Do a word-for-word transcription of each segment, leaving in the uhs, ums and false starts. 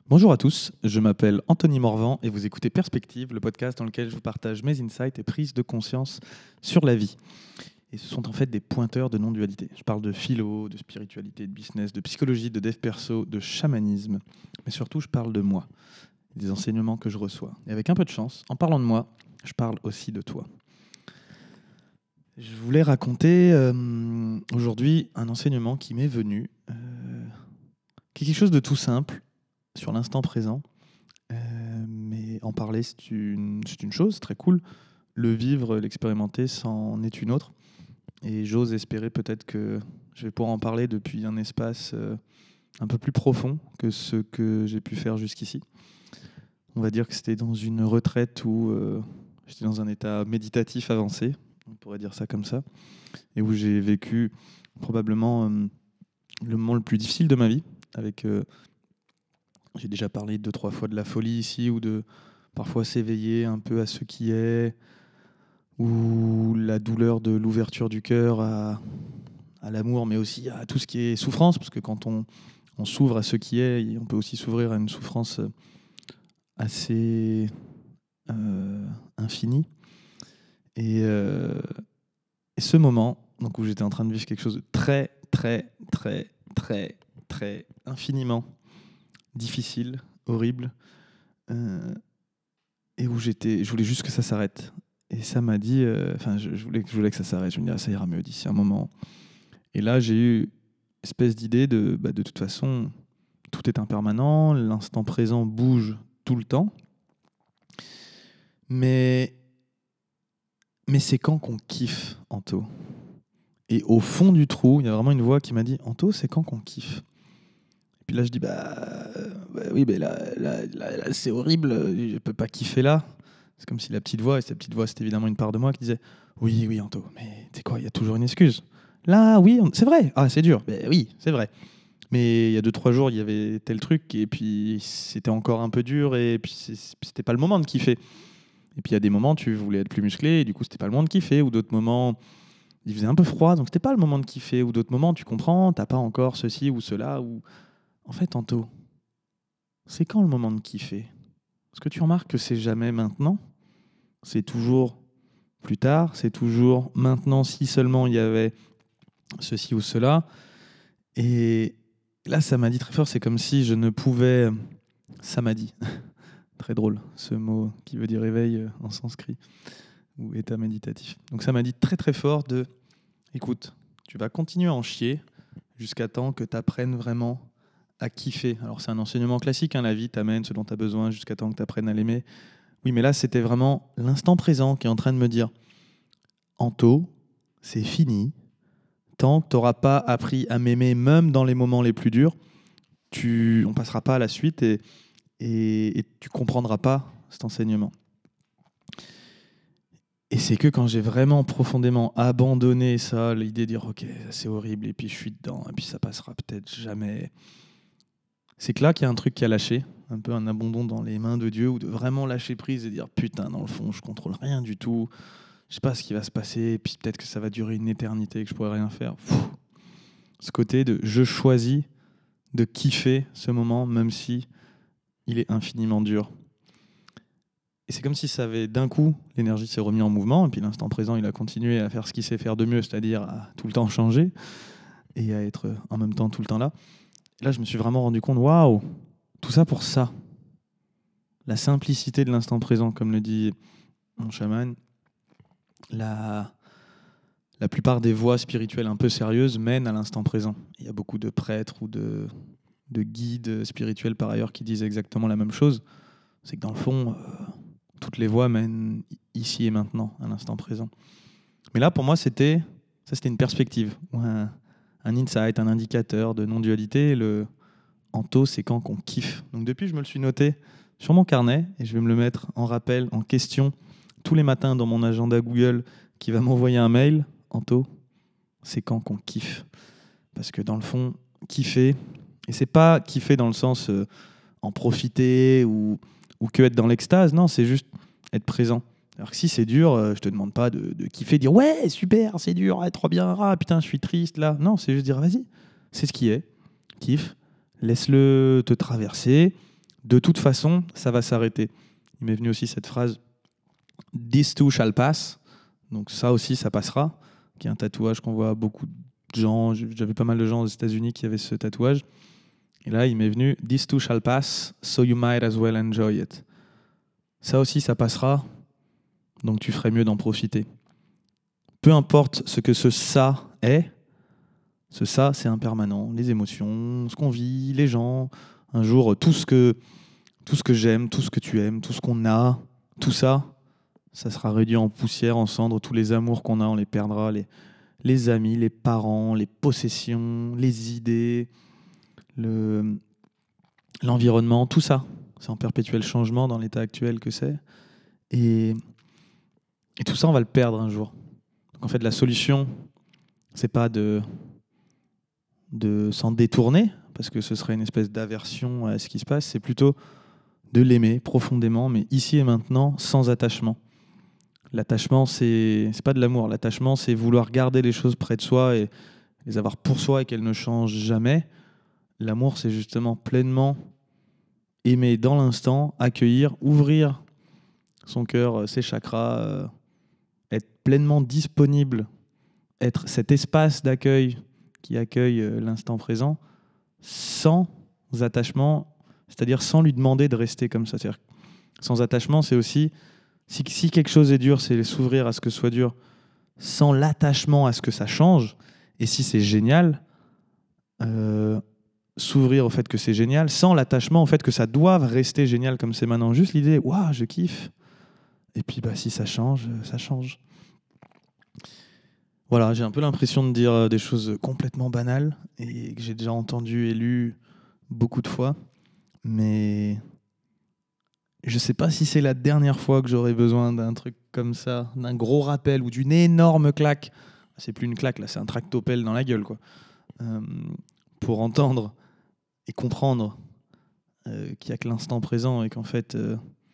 Bonjour à tous, je m'appelle Anthony Morvan et vous écoutez Perspective, le podcast dans lequel je vous partage mes insights et prises de conscience sur la vie. Et ce sont en fait des pointeurs de non-dualité. Je parle de philo, de spiritualité, de business, de psychologie, de dev perso, de chamanisme, mais surtout je parle de moi, des enseignements que je reçois. Et avec un peu de chance, en parlant de moi, je parle aussi de toi. Je voulais raconter euh, aujourd'hui un enseignement qui m'est venu, euh, qui est quelque chose de tout simple, sur l'instant présent. Euh, mais en parler, c'est une, c'est une chose très cool. Le vivre, l'expérimenter, c'en est une autre. Et j'ose espérer peut-être que je vais pouvoir en parler depuis un espace euh, un peu plus profond que ce que j'ai pu faire jusqu'ici. On va dire que c'était dans une retraite où euh, j'étais dans un état méditatif avancé, on pourrait dire ça comme ça, et où j'ai vécu probablement euh, le moment le plus difficile de ma vie, avec... Euh, J'ai déjà parlé deux, trois fois de la folie ici, ou de parfois s'éveiller un peu à ce qui est, ou la douleur de l'ouverture du cœur à, à l'amour, mais aussi à tout ce qui est souffrance, parce que quand on, on s'ouvre à ce qui est, on peut aussi s'ouvrir à une souffrance assez euh, infinie. Et, euh, et ce moment, donc où j'étais en train de vivre quelque chose de très, très, très, très, très infiniment difficile, horrible, euh, et où j'étais, je voulais juste que ça s'arrête. Et ça m'a dit, enfin, euh, je, je, voulais, je voulais que ça s'arrête. Je me disais, ah, ça ira mieux d'ici un moment. Et là, j'ai eu une espèce d'idée de, bah, de toute façon, tout est impermanent, l'instant présent bouge tout le temps. Mais, mais c'est quand qu'on kiffe, Anto. Et au fond du trou, il y a vraiment une voix qui m'a dit, Anto, c'est quand qu'on kiffe. Puis là, je dis, bah, bah oui, mais là, là, là, là, c'est horrible, je peux pas kiffer là. C'est comme si la petite voix, et cette petite voix, c'était évidemment une part de moi qui disait, oui, oui, Anto, mais tu sais quoi, il y a toujours une excuse. Là, oui, on... c'est vrai. Ah, c'est dur. Ben oui, c'est vrai. Mais il y a deux, trois jours, il y avait tel truc, et puis c'était encore un peu dur, et puis c'était pas le moment de kiffer. Et puis il y a des moments, tu voulais être plus musclé, et du coup, c'était pas le moment de kiffer, ou d'autres moments, il faisait un peu froid, donc c'était pas le moment de kiffer, ou d'autres moments, tu comprends, t'as pas encore ceci ou cela, ou... En fait, Anto, c'est quand le moment de kiffer? Est-ce que tu remarques que c'est jamais maintenant? C'est toujours plus tard, c'est toujours maintenant si seulement il y avait ceci ou cela. Et là, ça m'a dit très fort, c'est comme si je ne pouvais... Ça m'a dit. Très drôle, ce mot qui veut dire éveil en sanskrit, ou état méditatif. Donc ça m'a dit très très fort de... Écoute, tu vas continuer à en chier jusqu'à temps que tu apprennes vraiment à kiffer. Alors c'est un enseignement classique, hein, la vie t'amène ce dont tu as besoin jusqu'à temps que tu apprennes à l'aimer. Oui, mais là, c'était vraiment l'instant présent qui est en train de me dire Anto, c'est fini. Tant que tu n'auras pas appris à m'aimer, même dans les moments les plus durs, tu, on ne passera pas à la suite et, et, et tu ne comprendras pas cet enseignement. Et c'est que quand j'ai vraiment profondément abandonné ça, l'idée de dire ok, c'est horrible, et puis je suis dedans, et puis ça passera peut-être jamais. C'est que là qu'il y a un truc qui a lâché, un peu un abandon dans les mains de Dieu, ou de vraiment lâcher prise et dire putain, dans le fond, je contrôle rien du tout, je sais pas ce qui va se passer, et puis peut-être que ça va durer une éternité et que je pourrai rien faire. Pfff. Ce côté de je choisis de kiffer ce moment, même si il est infiniment dur. Et c'est comme si ça avait d'un coup, l'énergie s'est remise en mouvement, et puis l'instant présent, il a continué à faire ce qu'il sait faire de mieux, c'est-à-dire à tout le temps changer et à être en même temps tout le temps là. Et là, je me suis vraiment rendu compte, waouh, tout ça pour ça. La simplicité de l'instant présent, comme le dit mon chaman, la, la plupart des voies spirituelles un peu sérieuses mènent à l'instant présent. Il y a beaucoup de prêtres ou de, de guides spirituels par ailleurs qui disent exactement la même chose. C'est que dans le fond, euh, toutes les voies mènent ici et maintenant, à l'instant présent. Mais là, pour moi, c'était, ça, c'était une perspective, un, un insight, un indicateur de non-dualité. Le Anto, c'est quand qu'on kiffe. Donc depuis, je me le suis noté sur mon carnet et je vais me le mettre en rappel, en question, tous les matins dans mon agenda Google qui va m'envoyer un mail. Anto, c'est quand qu'on kiffe. Parce que dans le fond, kiffer, et c'est pas kiffer dans le sens euh, en profiter ou, ou que être dans l'extase, non, c'est juste être présent. Alors que si c'est dur, euh, je te demande pas de, de kiffer, dire ouais, super, c'est dur, ouais, trop bien, ah putain, je suis triste là. Non, c'est juste dire vas-y, c'est ce qui est, kiffe, laisse-le te traverser, de toute façon, ça va s'arrêter. Il m'est venu aussi cette phrase « This too shall pass ». Donc ça aussi, ça passera, qui est un tatouage qu'on voit beaucoup de gens. J'avais pas mal de gens aux États-Unis qui avaient ce tatouage. Et là, il m'est venu « This too shall pass, so you might as well enjoy it ». Ça aussi, ça passera, donc tu ferais mieux d'en profiter. Peu importe ce que ce « ça » est, ce « ça », c'est impermanent. Les émotions, ce qu'on vit, les gens. Un jour, tout ce que, tout ce que j'aime, tout ce que tu aimes, tout ce qu'on a, tout ça, ça sera réduit en poussière, en cendres. Tous les amours qu'on a, on les perdra. Les, les amis, les parents, les possessions, les idées, le, l'environnement, tout ça. C'est en perpétuel changement dans l'état actuel que c'est. Et, et tout ça, on va le perdre un jour. Donc en fait, la solution, c'est pas de, de s'en détourner, parce que ce serait une espèce d'aversion à ce qui se passe. C'est plutôt de l'aimer profondément, mais ici et maintenant, sans attachement. L'attachement, c'est, c'est pas de l'amour. L'attachement, c'est vouloir garder les choses près de soi et les avoir pour soi et qu'elles ne changent jamais. L'amour, c'est justement pleinement aimer dans l'instant, accueillir, ouvrir son cœur, ses chakras, euh, être pleinement disponible, être cet espace d'accueil qui accueille euh, l'instant présent, sans attachement, c'est-à-dire sans lui demander de rester comme ça. C'est-à-dire, sans attachement, c'est aussi, si, si quelque chose est dur, c'est s'ouvrir à ce que ce soit dur, sans l'attachement à ce que ça change, et si c'est génial, euh, s'ouvrir au fait que c'est génial, sans l'attachement au fait que ça doive rester génial comme c'est maintenant. Juste l'idée, waouh, je kiffe. Et puis bah, si ça change, ça change. Voilà, j'ai un peu l'impression de dire des choses complètement banales et que j'ai déjà entendu et lu beaucoup de fois. Mais je sais pas si c'est la dernière fois que j'aurai besoin d'un truc comme ça, d'un gros rappel ou d'une énorme claque. C'est plus une claque, là, c'est un tractopelle dans la gueule, quoi. Euh, pour entendre et comprendre euh, qu'il n'y a que l'instant présent et qu'en fait, euh,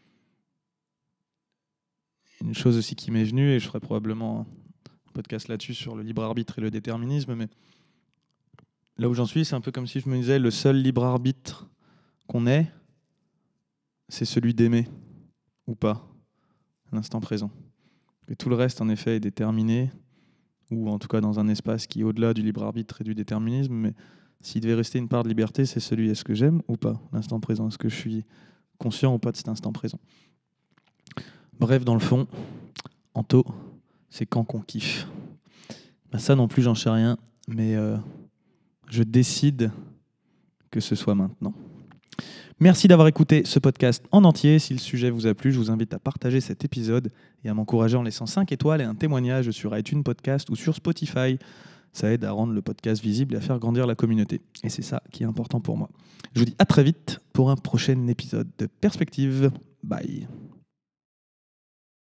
une chose aussi qui m'est venue, et je ferai probablement un podcast là-dessus sur le libre arbitre et le déterminisme, mais là où j'en suis, c'est un peu comme si je me disais, le seul libre arbitre qu'on ait, c'est celui d'aimer ou pas, à l'instant présent. Et tout le reste, en effet, est déterminé, ou en tout cas dans un espace qui est au-delà du libre arbitre et du déterminisme, mais s'il devait rester une part de liberté, c'est celui, est-ce que j'aime ou pas l'instant présent? Est-ce que je suis conscient ou pas de cet instant présent? Bref, dans le fond, Anto, c'est quand qu'on kiffe. Ben ça non plus, j'en sais rien, mais euh, je décide que ce soit maintenant. Merci d'avoir écouté ce podcast en entier. Si le sujet vous a plu, je vous invite à partager cet épisode et à m'encourager en laissant cinq étoiles et un témoignage sur iTunes Podcast ou sur Spotify. Ça aide à rendre le podcast visible et à faire grandir la communauté. Et c'est ça qui est important pour moi. Je vous dis à très vite pour un prochain épisode de Perspective. Bye.